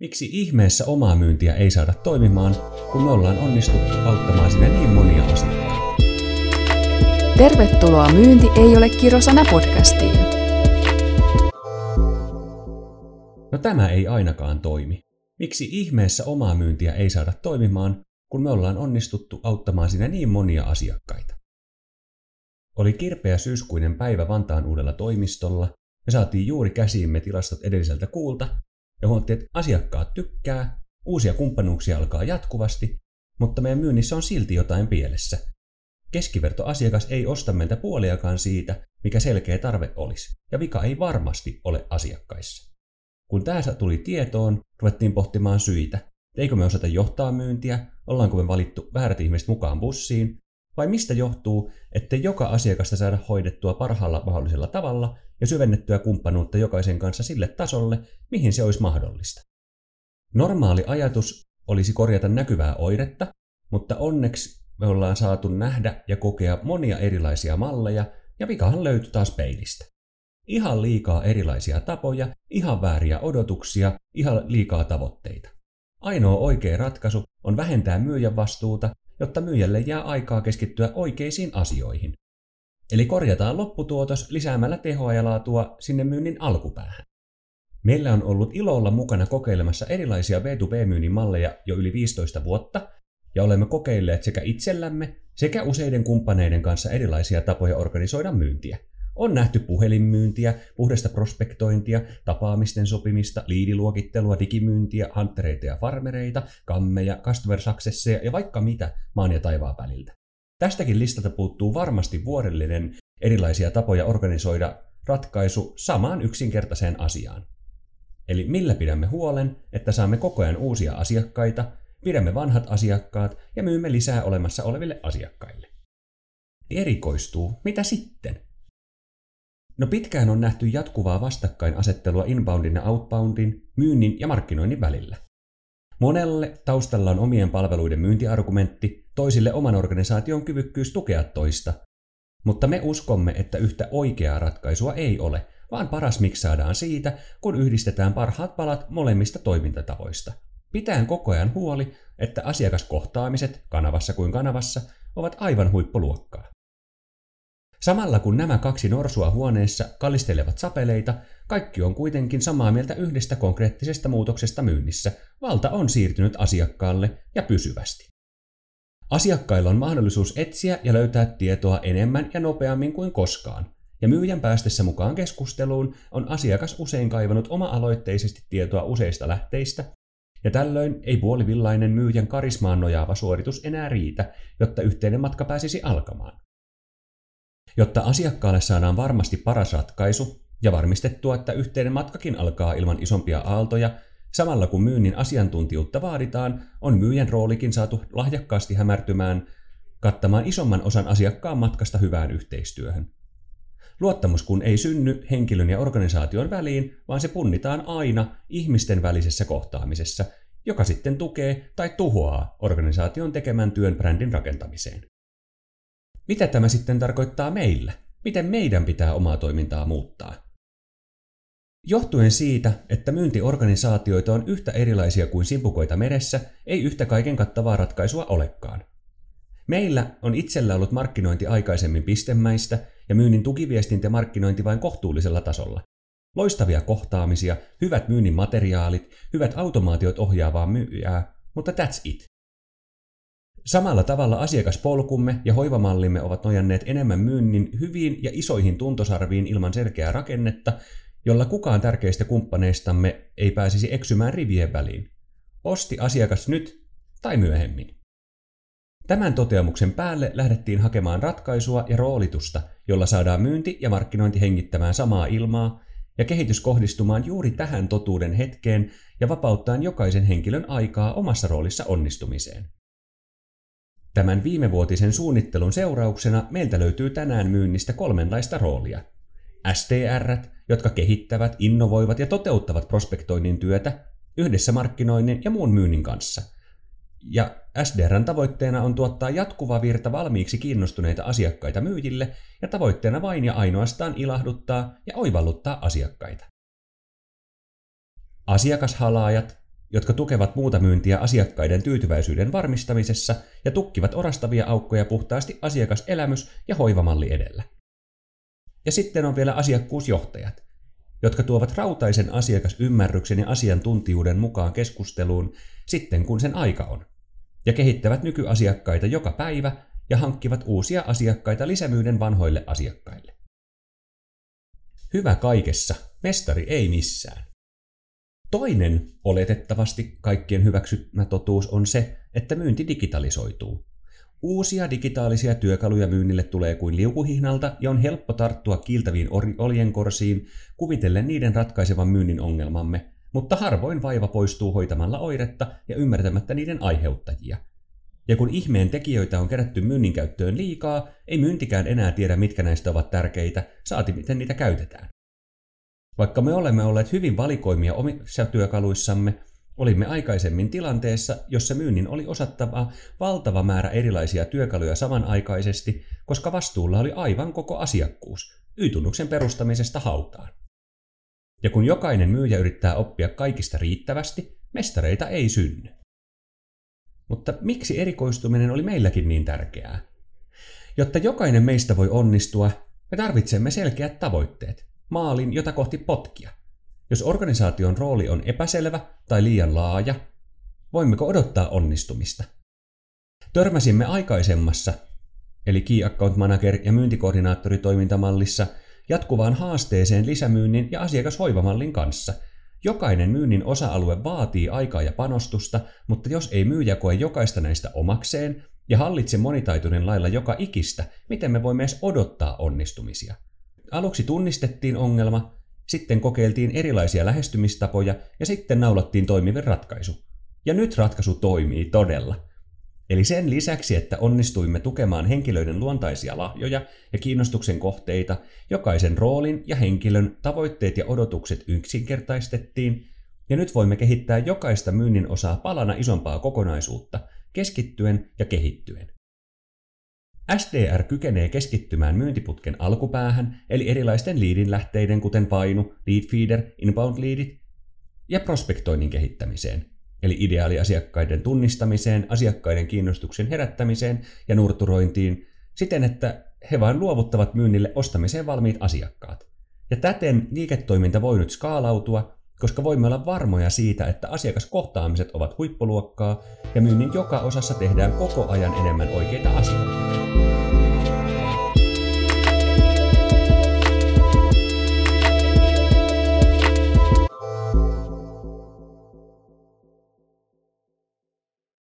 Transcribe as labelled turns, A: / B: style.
A: Miksi ihmeessä omaa myyntiä ei saada toimimaan, kun me ollaan onnistuttu auttamaan siinä niin monia asiakkaita?
B: Tervetuloa Myynti ei ole kirosana podcastiin.
A: No tämä ei ainakaan toimi. Miksi ihmeessä omaa myyntiä ei saada toimimaan, kun me ollaan onnistuttu auttamaan siinä niin monia asiakkaita? Oli kirpeä syyskuinen päivä Vantaan uudella toimistolla. Me saatiin juuri käsiimme tilastot edelliseltä kuulta ja huomattiin, että asiakkaat tykkää, uusia kumppanuuksia alkaa jatkuvasti, mutta meidän myynnissä on silti jotain pielessä. Keskivertoasiakas ei osta meiltä puoliakaan siitä, mikä selkeä tarve olisi, ja vika ei varmasti ole asiakkaissa. Kun tämä tuli tietoon, ruvettiin pohtimaan syitä. Eikö me osata johtaa myyntiä, ollaanko me valittu väärät ihmiset mukaan bussiin, vai mistä johtuu, ettei joka asiakasta saada hoidettua parhaalla mahdollisella tavalla ja syvennettyä kumppanuutta jokaisen kanssa sille tasolle, mihin se olisi mahdollista. Normaali ajatus olisi korjata näkyvää oiretta, mutta onneksi me ollaan saatu nähdä ja kokea monia erilaisia malleja, ja vikahan löytyi taas peilistä. Ihan liikaa erilaisia tapoja, ihan vääriä odotuksia, ihan liikaa tavoitteita. Ainoa oikea ratkaisu on vähentää myyjän vastuuta, jotta myyjälle jää aikaa keskittyä oikeisiin asioihin. Eli korjataan lopputuotos lisäämällä tehoa ja laatua sinne myynnin alkupäähän. Meillä on ollut ilo olla mukana kokeilemassa erilaisia B2B-myynnin malleja jo yli 15 vuotta, ja olemme kokeilleet sekä itsellämme sekä useiden kumppaneiden kanssa erilaisia tapoja organisoida myyntiä. On nähty puhelinmyyntiä, puhdasta prospektointia, tapaamisten sopimista, liidiluokittelua, digimyyntiä, huntereita ja farmereita, kammeja, customer successeja ja vaikka mitä maan ja taivaan väliltä. Tästäkin listalta puuttuu varmasti vuorellinen erilaisia tapoja organisoida ratkaisu samaan yksinkertaiseen asiaan. Eli millä pidämme huolen, että saamme koko ajan uusia asiakkaita, pidämme vanhat asiakkaat ja myymme lisää olemassa oleville asiakkaille. Erikoistuu, mitä sitten? No pitkään on nähty jatkuvaa vastakkainasettelua inboundin ja outboundin, myynnin ja markkinoinnin välillä. Monelle taustalla on omien palveluiden myyntiargumentti, toisille oman organisaation kyvykkyys tukea toista. Mutta me uskomme, että yhtä oikeaa ratkaisua ei ole, vaan paras miksaadaan siitä, kun yhdistetään parhaat palat molemmista toimintatavoista. Pitäen koko ajan huoli, että asiakaskohtaamiset, kanavassa kuin kanavassa, ovat aivan huippuluokkaa. Samalla kun nämä kaksi norsua huoneessa kallistelevat sapeleita, kaikki on kuitenkin samaa mieltä yhdestä konkreettisesta muutoksesta myynnissä. Valta on siirtynyt asiakkaalle ja pysyvästi. Asiakkailla on mahdollisuus etsiä ja löytää tietoa enemmän ja nopeammin kuin koskaan. Ja myyjän päästessä mukaan keskusteluun on asiakas usein kaivannut oma-aloitteisesti tietoa useista lähteistä, ja tällöin ei puolivillainen myyjän karismaan nojaava suoritus enää riitä, jotta yhteinen matka pääsisi alkamaan. Jotta asiakkaalle saadaan varmasti paras ratkaisu ja varmistettua, että yhteinen matkakin alkaa ilman isompia aaltoja, samalla kun myynnin asiantuntijuutta vaaditaan, on myyjän roolikin saatu lahjakkaasti hämärtymään, kattamaan isomman osan asiakkaan matkasta hyvään yhteistyöhön. Luottamus kun ei synny henkilön ja organisaation väliin, vaan se punnitaan aina ihmisten välisessä kohtaamisessa, joka sitten tukee tai tuhoaa organisaation tekemän työn brändin rakentamiseen. Mitä tämä sitten tarkoittaa meillä? Miten meidän pitää omaa toimintaa muuttaa? Johtuen siitä, että myyntiorganisaatioita on yhtä erilaisia kuin simpukoita meressä, ei yhtä kaiken kattavaa ratkaisua olekaan. Meillä on itsellä ollut markkinointi aikaisemmin pistemäistä ja myynnin tukiviestintä ja markkinointi vain kohtuullisella tasolla. Loistavia kohtaamisia, hyvät myynnin materiaalit, hyvät automaatiot ohjaavaa myyjää, mutta that's it. Samalla tavalla asiakaspolkumme ja hoivamallimme ovat nojanneet enemmän myynnin hyviin ja isoihin tuntosarviin ilman selkeää rakennetta, jolla kukaan tärkeistä kumppaneistamme ei pääsisi eksymään rivien väliin. Osti asiakas nyt tai myöhemmin. Tämän toteamuksen päälle lähdettiin hakemaan ratkaisua ja roolitusta, jolla saadaan myynti ja markkinointi hengittämään samaa ilmaa ja kehitys kohdistumaan juuri tähän totuuden hetkeen ja vapauttaen jokaisen henkilön aikaa omassa roolissa onnistumiseen. Tämän viimevuotisen suunnittelun seurauksena meiltä löytyy tänään myynnistä kolmenlaista roolia. SDR:t, jotka kehittävät, innovoivat ja toteuttavat prospektoinnin työtä yhdessä markkinoinnin ja muun myynnin kanssa. Ja SDR:n tavoitteena on tuottaa jatkuva virta valmiiksi kiinnostuneita asiakkaita myyjille ja tavoitteena vain ja ainoastaan ilahduttaa ja oivalluttaa asiakkaita. Asiakashalaajat, jotka tukevat muuta myyntiä asiakkaiden tyytyväisyyden varmistamisessa ja tukkivat orastavia aukkoja puhtaasti asiakaselämys- ja hoivamalli edellä. Ja sitten on vielä asiakkuusjohtajat, jotka tuovat rautaisen asiakasymmärryksen ja asiantuntijuuden mukaan keskusteluun sitten kun sen aika on, ja kehittävät nykyasiakkaita joka päivä ja hankkivat uusia asiakkaita lisämyyden vanhoille asiakkaille. Hyvä kaikessa, mestari ei missään. Toinen oletettavasti kaikkien hyväksymä totuus on se, että myynti digitalisoituu. Uusia digitaalisia työkaluja myynnille tulee kuin liukuhihnalta ja on helppo tarttua kiiltäviin oljenkorsiin kuvitellen niiden ratkaisevan myynnin ongelmamme, mutta harvoin vaiva poistuu hoitamalla oiretta ja ymmärtämättä niiden aiheuttajia. Ja kun ihmeen tekijöitä on kerätty myynnin käyttöön liikaa, ei myyntikään enää tiedä mitkä näistä ovat tärkeitä, saati miten niitä käytetään. Vaikka me olemme olleet hyvin valikoimia omissa työkaluissamme, olimme aikaisemmin tilanteessa, jossa myynnin oli osattava valtava määrä erilaisia työkaluja samanaikaisesti, koska vastuulla oli aivan koko asiakkuus, Y-tunnuksen perustamisesta hautaan. Ja kun jokainen myyjä yrittää oppia kaikista riittävästi, mestareita ei synny. Mutta miksi erikoistuminen oli meilläkin niin tärkeää? Jotta jokainen meistä voi onnistua, me tarvitsemme selkeät tavoitteet, maalin, jota kohti potkia. Jos organisaation rooli on epäselvä tai liian laaja, voimmeko odottaa onnistumista? Törmäsimme aikaisemmassa, eli Key Account Manager- ja myyntikoordinaattoritoimintamallissa, jatkuvaan haasteeseen lisämyynnin ja asiakashoivamallin kanssa. Jokainen myynnin osa-alue vaatii aikaa ja panostusta, mutta jos ei myyjä koe jokaista näistä omakseen ja hallitse monitaitoinen lailla joka ikistä, miten me voimme edes odottaa onnistumisia? Aluksi tunnistettiin ongelma, sitten kokeiltiin erilaisia lähestymistapoja ja sitten naulattiin toimivin ratkaisu. Ja nyt ratkaisu toimii todella. Eli sen lisäksi, että onnistuimme tukemaan henkilöiden luontaisia lahjoja ja kiinnostuksen kohteita, jokaisen roolin ja henkilön tavoitteet ja odotukset yksinkertaistettiin, ja nyt voimme kehittää jokaista myynnin osaa palana isompaa kokonaisuutta, keskittyen ja kehittyen. SDR kykenee keskittymään myyntiputken alkupäähän, eli erilaisten liidinlähteiden kuten painu, lead feeder, inbound leadit, ja prospektoinnin kehittämiseen, eli ideaaliasiakkaiden tunnistamiseen, asiakkaiden kiinnostuksen herättämiseen ja nurturointiin, siten että he vain luovuttavat myynnille ostamiseen valmiit asiakkaat. Ja täten liiketoiminta voi nyt skaalautua, koska voimme olla varmoja siitä, että asiakaskohtaamiset ovat huippuluokkaa ja myynnin joka osassa tehdään koko ajan enemmän oikeita asioita.